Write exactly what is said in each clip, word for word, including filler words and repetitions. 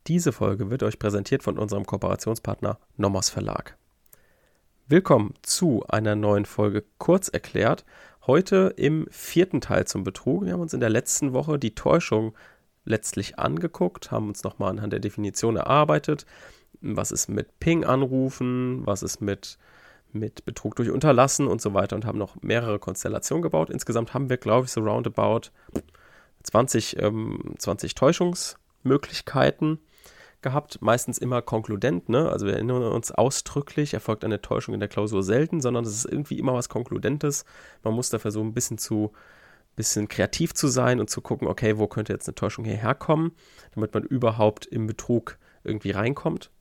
Diese Folge wird euch präsentiert von unserem Kooperationspartner Nomos Verlag. Willkommen zu einer neuen Folge Kurz erklärt. Heute im vierten Teil zum Betrug. Wir haben uns in der letzten Woche die Täuschung letztlich angeguckt, haben uns nochmal anhand der Definition erarbeitet. Was ist mit Ping-Anrufen, was ist mit, mit Betrug durch Unterlassen und so weiter und haben noch mehrere Konstellationen gebaut. Insgesamt haben wir, glaube ich, so roundabout zwanzig, ähm, zwanzig Täuschungsmöglichkeiten gehabt, meistens immer konkludent, ne? Also wir erinnern uns ausdrücklich, erfolgt eine Täuschung in der Klausur selten, sondern es ist irgendwie immer was Konkludentes. Man muss dafür so ein bisschen zu, bisschen kreativ zu sein und zu gucken, okay, wo könnte jetzt eine Täuschung hierher kommen, damit man überhaupt im Betrug irgendwie reinkommt.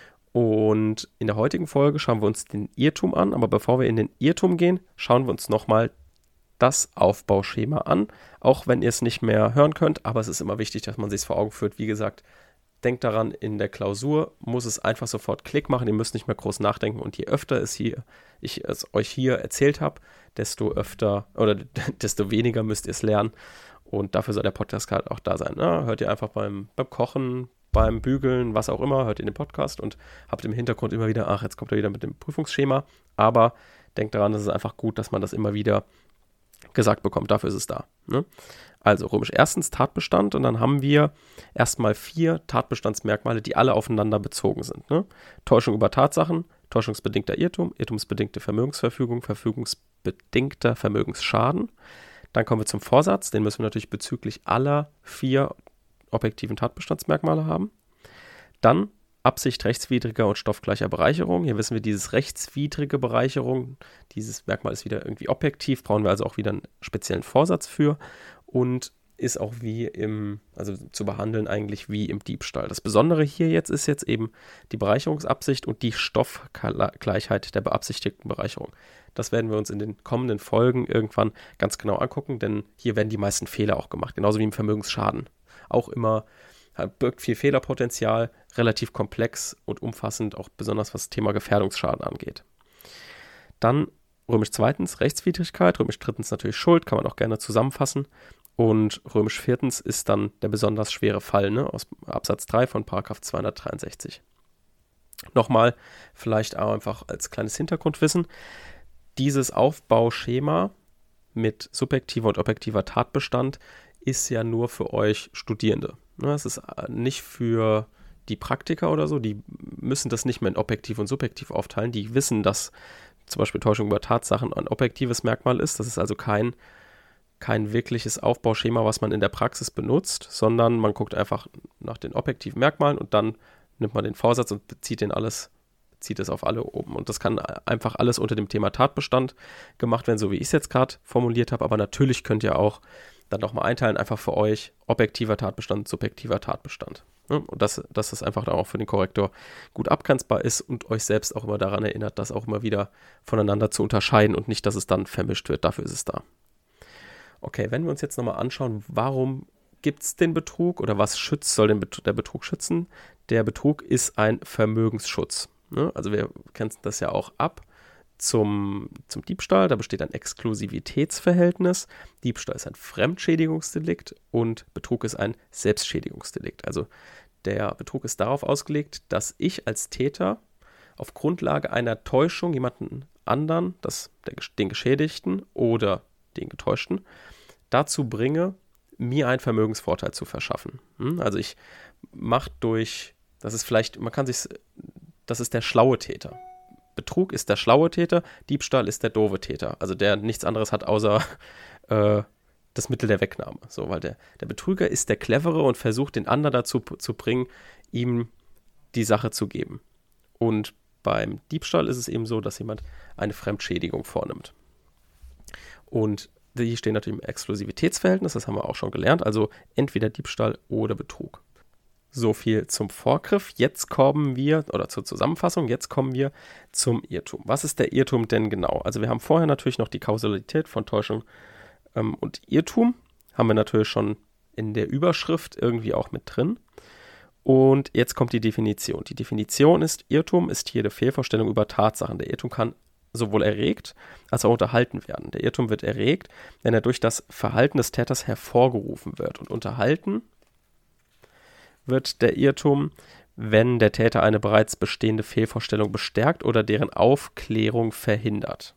Und in der heutigen Folge schauen wir uns den Irrtum an, aber bevor wir in den Irrtum gehen, schauen wir uns nochmal das Aufbauschema an, auch wenn ihr es nicht mehr hören könnt, aber es ist immer wichtig, dass man sich es vor Augen führt. Wie gesagt, denkt daran, in der Klausur muss es einfach sofort Klick machen, ihr müsst nicht mehr groß nachdenken und je öfter es hier, ich es euch hier erzählt habe, desto öfter oder desto weniger müsst ihr es lernen und dafür soll der Podcast halt auch da sein. Ne? Hört ihr einfach beim, beim Kochen, beim Bügeln, was auch immer, hört ihr den Podcast und habt im Hintergrund immer wieder, ach, jetzt kommt er wieder mit dem Prüfungsschema, aber denkt daran, es ist einfach gut, dass man das immer wieder gesagt bekommt, dafür ist es da. Ne? Also römisch erstens Tatbestand und dann haben wir erstmal vier Tatbestandsmerkmale, die alle aufeinander bezogen sind. Ne? Täuschung über Tatsachen, täuschungsbedingter Irrtum, irrtumsbedingte Vermögensverfügung, verfügungsbedingter Vermögensschaden. Dann kommen wir zum Vorsatz, den müssen wir natürlich bezüglich aller vier objektiven Tatbestandsmerkmale haben. Dann Absicht rechtswidriger und stoffgleicher Bereicherung. Hier wissen wir, dieses rechtswidrige Bereicherung, dieses Merkmal ist wieder irgendwie objektiv, brauchen wir also auch wieder einen speziellen Vorsatz für und ist auch wie im, also zu behandeln eigentlich wie im Diebstahl. Das Besondere hier jetzt ist jetzt eben die Bereicherungsabsicht und die Stoffgleichheit der beabsichtigten Bereicherung. Das werden wir uns in den kommenden Folgen irgendwann ganz genau angucken, denn hier werden die meisten Fehler auch gemacht, genauso wie im Vermögensschaden. Auch immer birgt viel Fehlerpotenzial, relativ komplex und umfassend, auch besonders was das Thema Gefährdungsschaden angeht. Dann römisch zweitens Rechtswidrigkeit, römisch drittens natürlich Schuld, kann man auch gerne zusammenfassen. Und römisch viertens ist dann der besonders schwere Fall, ne, aus Absatz drei von Paragraph zweihundertdreiundsechzig. Nochmal vielleicht auch einfach als kleines Hintergrundwissen, dieses Aufbauschema mit subjektiver und objektiver Tatbestand ist ja nur für euch Studierende. Es ist nicht für die Praktiker oder so, die müssen das nicht mehr in objektiv und subjektiv aufteilen. Die wissen, dass zum Beispiel Täuschung über Tatsachen ein objektives Merkmal ist. Das ist also kein, kein wirkliches Aufbauschema, was man in der Praxis benutzt, sondern man guckt einfach nach den objektiven Merkmalen und dann nimmt man den Vorsatz und bezieht den alles, bezieht es auf alle oben. Und das kann einfach alles unter dem Thema Tatbestand gemacht werden, so wie ich es jetzt gerade formuliert habe. Aber natürlich könnt ihr auch dann nochmal einteilen, einfach für euch objektiver Tatbestand, subjektiver Tatbestand. Ja, und dass, dass das einfach dann auch für den Korrektor gut abgrenzbar ist und euch selbst auch immer daran erinnert, das auch immer wieder voneinander zu unterscheiden und nicht, dass es dann vermischt wird. Dafür ist es da. Okay, wenn wir uns jetzt nochmal anschauen, warum gibt es den Betrug oder was schützt, soll den Bet- der Betrug schützen? Der Betrug ist ein Vermögensschutz. Ne? Also wir kennen das ja auch ab. Zum, zum Diebstahl, da besteht ein Exklusivitätsverhältnis. Diebstahl ist ein Fremdschädigungsdelikt und Betrug ist ein Selbstschädigungsdelikt. Also der Betrug ist darauf ausgelegt, dass ich als Täter auf Grundlage einer Täuschung jemanden anderen, das, der, den Geschädigten oder den Getäuschten, dazu bringe, mir einen Vermögensvorteil zu verschaffen. Also ich mache durch, das ist vielleicht, man kann sich, das ist der schlaue Täter. Betrug ist der schlaue Täter, Diebstahl ist der doofe Täter, also der nichts anderes hat außer äh, das Mittel der Wegnahme. So, weil der, der Betrüger ist der Clevere und versucht, den anderen dazu zu bringen, ihm die Sache zu geben. Und beim Diebstahl ist es eben so, dass jemand eine Fremdschädigung vornimmt. Und die stehen natürlich im Exklusivitätsverhältnis, das haben wir auch schon gelernt, also entweder Diebstahl oder Betrug. So viel zum Vorgriff. Jetzt kommen wir, oder zur Zusammenfassung, jetzt kommen wir zum Irrtum. Was ist der Irrtum denn genau? Also wir haben vorher natürlich noch die Kausalität von Täuschung ähm, und Irrtum. Haben wir natürlich schon in der Überschrift irgendwie auch mit drin. Und jetzt kommt die Definition. Die Definition ist, Irrtum ist jede Fehlvorstellung über Tatsachen. Der Irrtum kann sowohl erregt als auch unterhalten werden. Der Irrtum wird erregt, wenn er durch das Verhalten des Täters hervorgerufen wird. Und unterhalten wird der Irrtum, wenn der Täter eine bereits bestehende Fehlvorstellung bestärkt oder deren Aufklärung verhindert.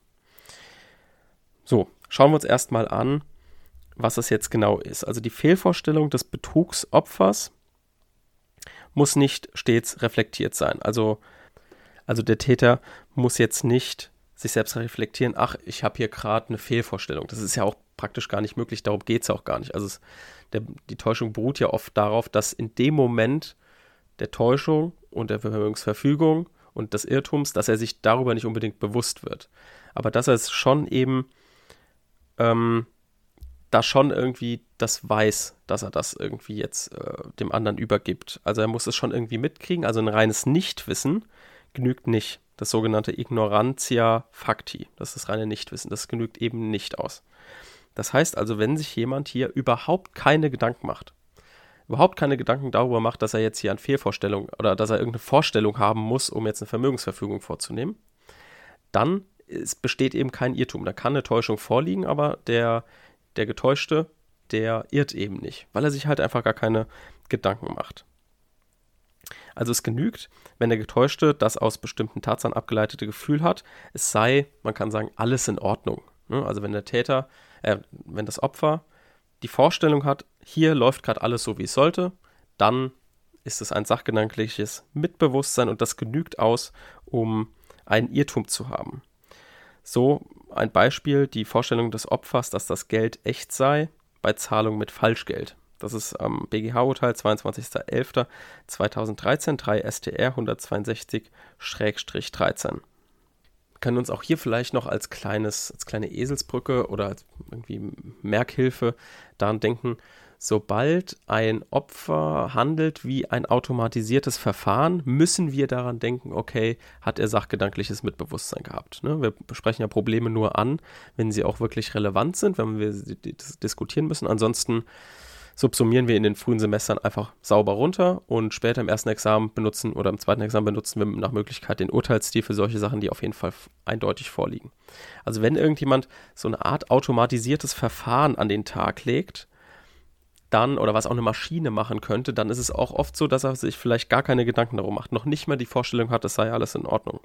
So, schauen wir uns erstmal an, was das jetzt genau ist. Also die Fehlvorstellung des Betrugsopfers muss nicht stets reflektiert sein. Also, also der Täter muss jetzt nicht sich selbst reflektieren, ach, ich habe hier gerade eine Fehlvorstellung. Das ist ja auch praktisch gar nicht möglich, darum geht es auch gar nicht. Also es, der, die Täuschung beruht ja oft darauf, dass in dem Moment der Täuschung und der Vermögensverfügung und des Irrtums, dass er sich darüber nicht unbedingt bewusst wird. Aber dass er es schon eben ähm, da schon irgendwie das weiß, dass er das irgendwie jetzt äh, dem anderen übergibt. Also er muss es schon irgendwie mitkriegen. Also ein reines Nichtwissen genügt nicht. Das sogenannte Ignorantia facti, das ist das reine Nichtwissen, das genügt eben nicht aus. Das heißt also, wenn sich jemand hier überhaupt keine Gedanken macht, überhaupt keine Gedanken darüber macht, dass er jetzt hier eine Fehlvorstellung oder dass er irgendeine Vorstellung haben muss, um jetzt eine Vermögensverfügung vorzunehmen, dann ist, besteht eben kein Irrtum. Da kann eine Täuschung vorliegen, aber der, der Getäuschte, der irrt eben nicht, weil er sich halt einfach gar keine Gedanken macht. Also es genügt, wenn der Getäuschte das aus bestimmten Tatsachen abgeleitete Gefühl hat, es sei, man kann sagen, alles in Ordnung. Also wenn der Täter, äh, wenn das Opfer die Vorstellung hat, hier läuft gerade alles so, wie es sollte, dann ist es ein sachgedankliches Mitbewusstsein und das genügt aus, um einen Irrtum zu haben. So ein Beispiel, die Vorstellung des Opfers, dass das Geld echt sei, bei Zahlung mit Falschgeld. Das ist am B G H-Urteil zweiundzwanzigster elfter zweitausenddreizehn, drei S T R hundertzweiundsechzig dreizehn. Wir können uns auch hier vielleicht noch als, kleines, als kleine Eselsbrücke oder als irgendwie Merkhilfe daran denken, sobald ein Opfer handelt wie ein automatisiertes Verfahren, müssen wir daran denken, okay, hat er sachgedankliches Mitbewusstsein gehabt. Ne? Wir besprechen ja Probleme nur an, wenn sie auch wirklich relevant sind, wenn wir sie diskutieren müssen. Ansonsten subsumieren wir in den frühen Semestern einfach sauber runter und später im ersten Examen benutzen oder im zweiten Examen benutzen wir nach Möglichkeit den Urteilsstil für solche Sachen, die auf jeden Fall eindeutig vorliegen. Also wenn irgendjemand so eine Art automatisiertes Verfahren an den Tag legt, dann, oder was auch eine Maschine machen könnte, dann ist es auch oft so, dass er sich vielleicht gar keine Gedanken darum macht, noch nicht mal die Vorstellung hat, es sei alles in Ordnung.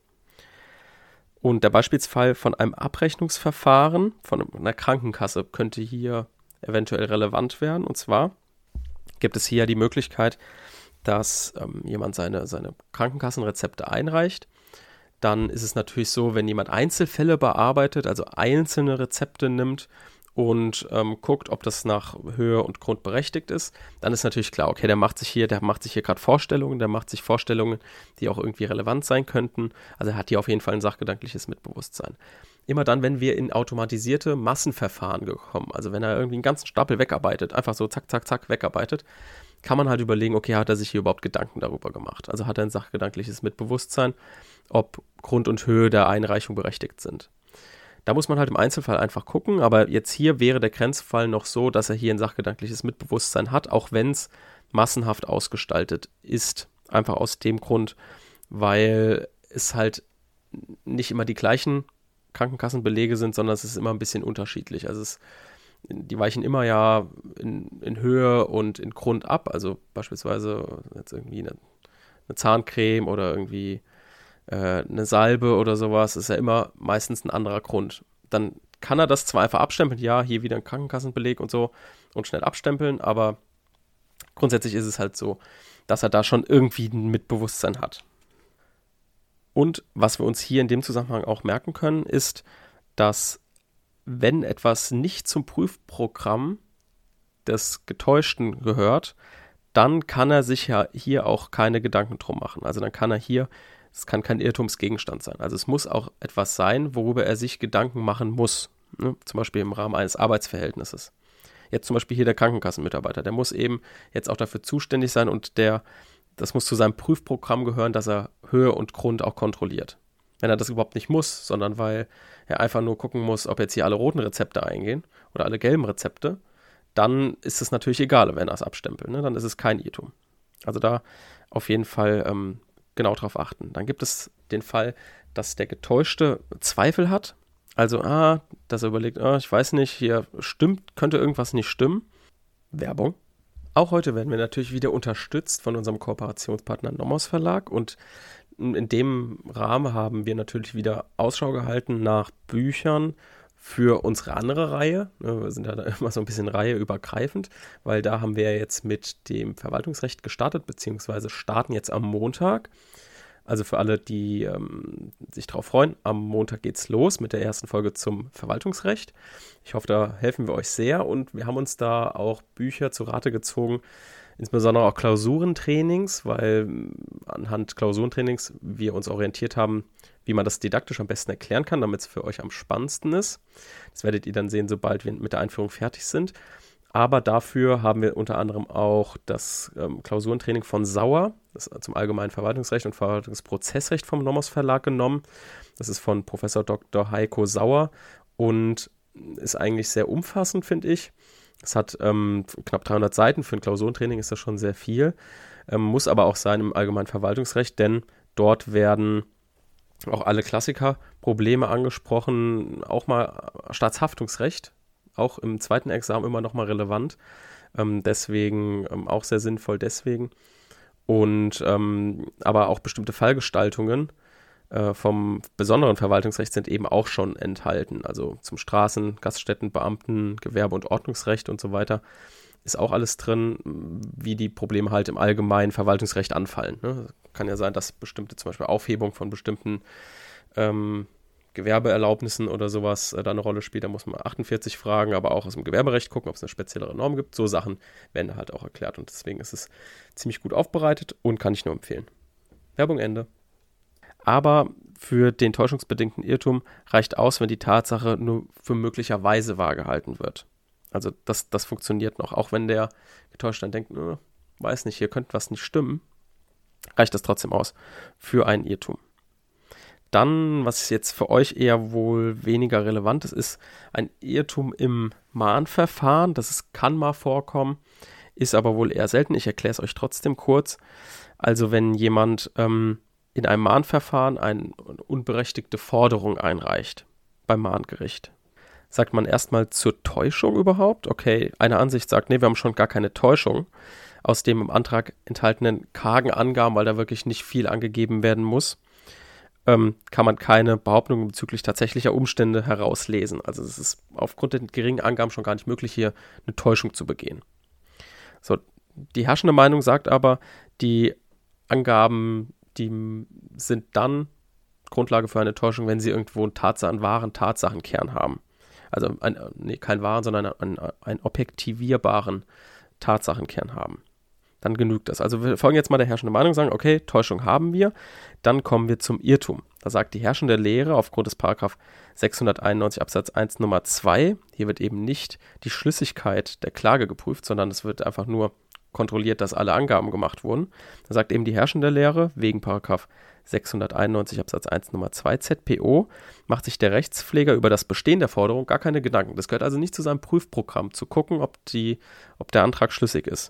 Und der Beispielsfall von einem Abrechnungsverfahren von einer Krankenkasse könnte hier eventuell relevant werden. Und zwar gibt es hier die Möglichkeit, dass ähm, jemand seine, seine Krankenkassenrezepte einreicht. Dann ist es natürlich so, wenn jemand Einzelfälle bearbeitet, also einzelne Rezepte nimmt und ähm, guckt, ob das nach Höhe und Grund berechtigt ist, dann ist natürlich klar, okay, der macht sich hier, der macht sich hier gerade Vorstellungen, der macht sich Vorstellungen, die auch irgendwie relevant sein könnten. Also er hat hier auf jeden Fall ein sachgedankliches Mitbewusstsein. Immer dann, wenn wir in automatisierte Massenverfahren kommen, also wenn er irgendwie einen ganzen Stapel wegarbeitet, einfach so zack, zack, zack wegarbeitet, kann man halt überlegen, okay, hat er sich hier überhaupt Gedanken darüber gemacht? Also hat er ein sachgedankliches Mitbewusstsein, ob Grund und Höhe der Einreichung berechtigt sind. Da muss man halt im Einzelfall einfach gucken, aber jetzt hier wäre der Grenzfall noch so, dass er hier ein sachgedankliches Mitbewusstsein hat, auch wenn es massenhaft ausgestaltet ist. Einfach aus dem Grund, weil es halt nicht immer die gleichen Krankenkassenbelege sind, sondern es ist immer ein bisschen unterschiedlich. Also es, die weichen immer ja in, in Höhe und in Grund ab. Also beispielsweise jetzt irgendwie eine, eine Zahncreme oder irgendwie äh, eine Salbe oder sowas, ist ja immer meistens ein anderer Grund. Dann kann er das zwar einfach abstempeln, ja, hier wieder ein Krankenkassenbeleg und so und schnell abstempeln, aber grundsätzlich ist es halt so, dass er da schon irgendwie ein Mitbewusstsein hat. Und was wir uns hier in dem Zusammenhang auch merken können, ist, dass wenn etwas nicht zum Prüfprogramm des Getäuschten gehört, dann kann er sich ja hier auch keine Gedanken drum machen. Also dann kann er hier, es kann kein Irrtumsgegenstand sein. Also es muss auch etwas sein, worüber er sich Gedanken machen muss. Ne? Zum Beispiel im Rahmen eines Arbeitsverhältnisses. Jetzt zum Beispiel hier der Krankenkassenmitarbeiter, der muss eben jetzt auch dafür zuständig sein und der das muss zu seinem Prüfprogramm gehören, dass er Höhe und Grund auch kontrolliert. Wenn er das überhaupt nicht muss, sondern weil er einfach nur gucken muss, ob jetzt hier alle roten Rezepte eingehen oder alle gelben Rezepte, dann ist es natürlich egal, wenn er es abstempelt. Ne? Dann ist es kein Irrtum. Also da auf jeden Fall ähm, genau drauf achten. Dann gibt es den Fall, dass der Getäuschte Zweifel hat. Also, ah, dass er überlegt, ah, ich weiß nicht, hier stimmt, könnte irgendwas nicht stimmen. Werbung. Auch heute werden wir natürlich wieder unterstützt von unserem Kooperationspartner Nomos Verlag und in dem Rahmen haben wir natürlich wieder Ausschau gehalten nach Büchern für unsere andere Reihe. Wir sind ja da immer so ein bisschen reiheübergreifend, weil da haben wir jetzt mit dem Verwaltungsrecht gestartet, beziehungsweise starten jetzt am Montag. Also für alle, die ähm, sich darauf freuen, am Montag geht's los mit der ersten Folge zum Verwaltungsrecht. Ich hoffe, da helfen wir euch sehr und wir haben uns da auch Bücher zu Rate gezogen, insbesondere auch Klausurentrainings, weil anhand Klausurentrainings wir uns orientiert haben, wie man das didaktisch am besten erklären kann, damit es für euch am spannendsten ist. Das werdet ihr dann sehen, sobald wir mit der Einführung fertig sind. Aber dafür haben wir unter anderem auch das ähm, Klausurentraining von Sauer, das zum allgemeinen Verwaltungsrecht und Verwaltungsprozessrecht vom Nomos Verlag genommen. Das ist von Professor Doktor Heiko Sauer und ist eigentlich sehr umfassend, finde ich. Es hat ähm, knapp dreihundert Seiten, für ein Klausurentraining ist das schon sehr viel, ähm, muss aber auch sein im allgemeinen Verwaltungsrecht, denn dort werden auch alle Klassikerprobleme angesprochen, auch mal Staatshaftungsrecht, auch im zweiten Examen immer noch mal relevant, ähm, deswegen ähm, auch sehr sinnvoll deswegen und ähm, aber auch bestimmte Fallgestaltungen äh, vom besonderen Verwaltungsrecht sind eben auch schon enthalten, also zum Straßen-, Gaststätten-, Beamten-, Gewerbe- und Ordnungsrecht und so weiter ist auch alles drin, wie die Probleme halt im allgemeinen Verwaltungsrecht anfallen. Ne? Kann ja sein, dass bestimmte, zum Beispiel Aufhebung von bestimmten ähm, Gewerbeerlaubnissen oder sowas äh, da eine Rolle spielt. Da muss man achtundvierzig fragen, aber auch aus dem Gewerberecht gucken, ob es eine speziellere Norm gibt. So Sachen werden da halt auch erklärt und deswegen ist es ziemlich gut aufbereitet und kann ich nur empfehlen. Werbung Ende. Aber für den täuschungsbedingten Irrtum reicht aus, wenn die Tatsache nur für möglicherweise wahr gehalten wird. Also das, das funktioniert noch. Auch wenn der Getäuschte dann denkt, äh, weiß nicht, hier könnte was nicht stimmen, reicht das trotzdem aus für einen Irrtum. Dann, was jetzt für euch eher wohl weniger relevant ist, ist ein Irrtum im Mahnverfahren. Das ist, kann mal vorkommen, ist aber wohl eher selten. Ich erkläre es euch trotzdem kurz. Also wenn jemand ähm, in einem Mahnverfahren eine unberechtigte Forderung einreicht beim Mahngericht, sagt man erstmal zur Täuschung überhaupt? Okay, eine Ansicht sagt, nee, wir haben schon gar keine Täuschung aus dem im Antrag enthaltenen kargen Angaben, weil da wirklich nicht viel angegeben werden muss. Ähm, kann man keine Behauptungen bezüglich tatsächlicher Umstände herauslesen. Also es ist aufgrund der geringen Angaben schon gar nicht möglich, hier eine Täuschung zu begehen. So, die herrschende Meinung sagt aber, die Angaben, die sind dann Grundlage für eine Täuschung, wenn sie irgendwo einen Tatsachen, wahren Tatsachenkern haben. Also ein, nee, kein wahren, sondern einen, einen objektivierbaren Tatsachenkern haben. Dann genügt das. Also wir folgen jetzt mal der herrschenden Meinung, sagen, okay, Täuschung haben wir, dann kommen wir zum Irrtum. Da sagt die herrschende Lehre aufgrund des Paragraph sechshunderteinundneunzig Absatz eins Nummer zwei, hier wird eben nicht die Schlüssigkeit der Klage geprüft, sondern es wird einfach nur kontrolliert, dass alle Angaben gemacht wurden. Da sagt eben die herrschende Lehre, wegen Paragraph sechshunderteinundneunzig Absatz eins Nummer zwei Z P O, macht sich der Rechtspfleger über das Bestehen der Forderung gar keine Gedanken. Das gehört also nicht zu seinem Prüfprogramm, zu gucken, ob, die, ob der Antrag schlüssig ist.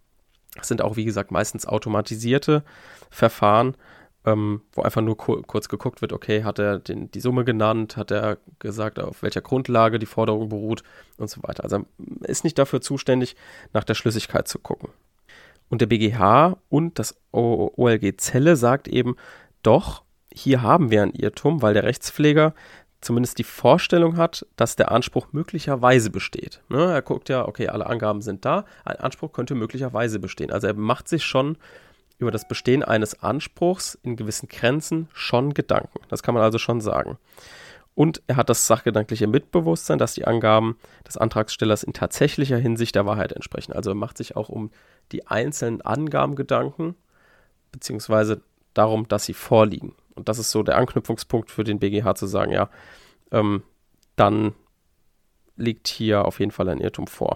Das sind auch, wie gesagt, meistens automatisierte Verfahren, ähm, wo einfach nur kur- kurz geguckt wird, okay, hat er den, die Summe genannt, hat er gesagt, auf welcher Grundlage die Forderung beruht und so weiter. Also ist nicht dafür zuständig, nach der Schlüssigkeit zu gucken. Und der B G H und das O L G Zelle sagt eben, doch, hier haben wir ein Irrtum, weil der Rechtspfleger zumindest die Vorstellung hat, dass der Anspruch möglicherweise besteht. Ne, er guckt ja, okay, alle Angaben sind da, ein Anspruch könnte möglicherweise bestehen. Also er macht sich schon über das Bestehen eines Anspruchs in gewissen Grenzen schon Gedanken. Das kann man also schon sagen. Und er hat das sachgedankliche Mitbewusstsein, dass die Angaben des Antragstellers in tatsächlicher Hinsicht der Wahrheit entsprechen. Also er macht sich auch um die einzelnen Angaben Gedanken, beziehungsweise darum, dass sie vorliegen. Und das ist so der Anknüpfungspunkt für den B G H zu sagen, ja, ähm, dann liegt hier auf jeden Fall ein Irrtum vor.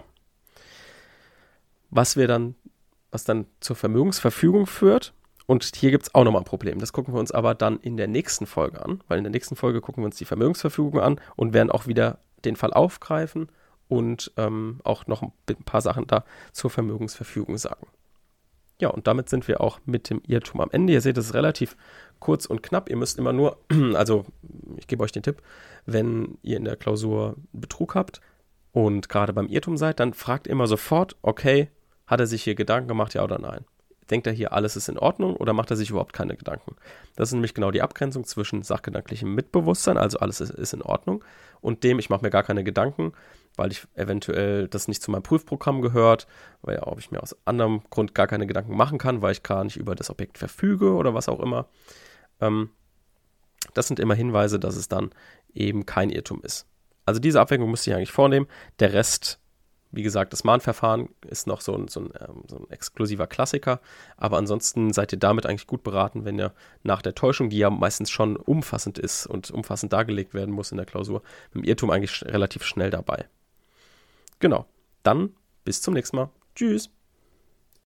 Was wir dann, was dann zur Vermögensverfügung führt, und hier gibt es auch nochmal ein Problem. Das gucken wir uns aber dann in der nächsten Folge an, weil in der nächsten Folge gucken wir uns die Vermögensverfügung an und werden auch wieder den Fall aufgreifen und ähm, auch noch ein paar Sachen da zur Vermögensverfügung sagen. Ja, und damit sind wir auch mit dem Irrtum am Ende. Ihr seht, es ist relativ kurz und knapp. Ihr müsst immer nur, also ich gebe euch den Tipp, wenn ihr in der Klausur Betrug habt und gerade beim Irrtum seid, dann fragt immer sofort, okay, Hat er sich hier Gedanken gemacht, ja oder nein? Denkt er hier, alles ist in Ordnung oder macht er sich überhaupt keine Gedanken? Das ist nämlich genau die Abgrenzung zwischen sachgedanklichem Mitbewusstsein, also alles ist, ist in Ordnung, und dem, ich mache mir gar keine Gedanken, weil ich eventuell das nicht zu meinem Prüfprogramm gehört, weil ja, ob ich mir aus anderem Grund gar keine Gedanken machen kann, weil ich gar nicht über das Objekt verfüge oder was auch immer. Ähm, das sind immer Hinweise, dass es dann eben kein Irrtum ist. Also diese Abwägung müsste ich eigentlich vornehmen. Der Rest, wie gesagt, das Mahnverfahren ist noch so ein, so, ein, ähm, so ein exklusiver Klassiker, aber ansonsten seid ihr damit eigentlich gut beraten, wenn ihr nach der Täuschung, die ja meistens schon umfassend ist und umfassend dargelegt werden muss in der Klausur, mit dem Irrtum eigentlich sch- relativ schnell dabei. Genau, dann bis zum nächsten Mal. Tschüss!